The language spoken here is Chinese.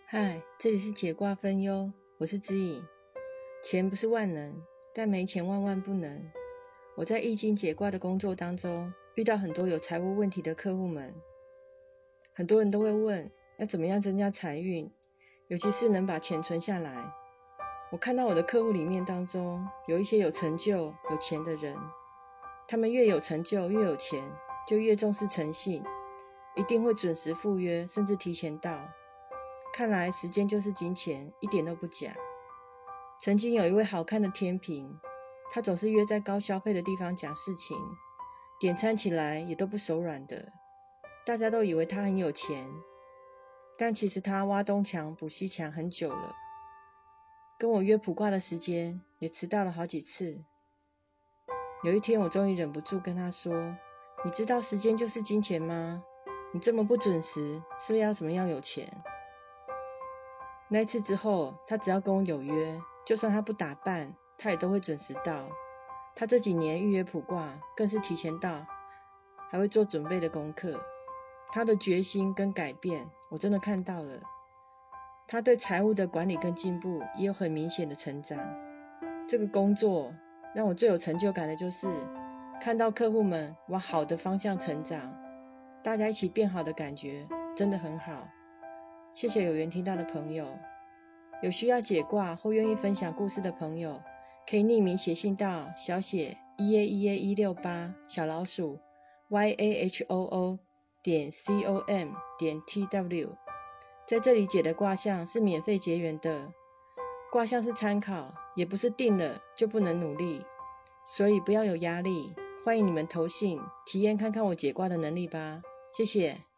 嗨，这里是解卦分忧，我是知颖。钱不是万能，但没钱万万不能。我在易经解卦的工作当中，遇到很多有财务问题的客户们，很多人都会问，要怎么样增加财运，尤其是能把钱存下来。我看到我的客户里面当中，有一些有成就、有钱的人，他们越有成就、越有钱，就越重视诚信，一定会准时赴约，甚至提前到。看来时间就是金钱，一点都不假。曾经有一位好看的天平，他总是约在高消费的地方讲事情，点餐起来也都不手软的。大家都以为他很有钱，但其实他挖东墙补西墙很久了。跟我约卜卦的时间也迟到了好几次。有一天我终于忍不住跟他说，你知道时间就是金钱吗？你这么不准时，是不是要怎么样有钱？那一次之后，他只要跟我有约，就算他不打扮，他也都会准时到。他这几年预约卜卦更是提前到，还会做准备的功课。他的决心跟改变，我真的看到了。他对财务的管理跟进步也有很明显的成长。这个工作让我最有成就感的就是看到客户们往好的方向成长，大家一起变好的感觉真的很好。谢谢有缘听到的朋友，有需要解卦或愿意分享故事的朋友，可以匿名写信到小写1A1A168小老鼠 yahoo.com.tw， 在这里解的卦象是免费结缘的，卦象是参考，也不是定了就不能努力，所以不要有压力，欢迎你们投信体验看看我解卦的能力吧，谢谢。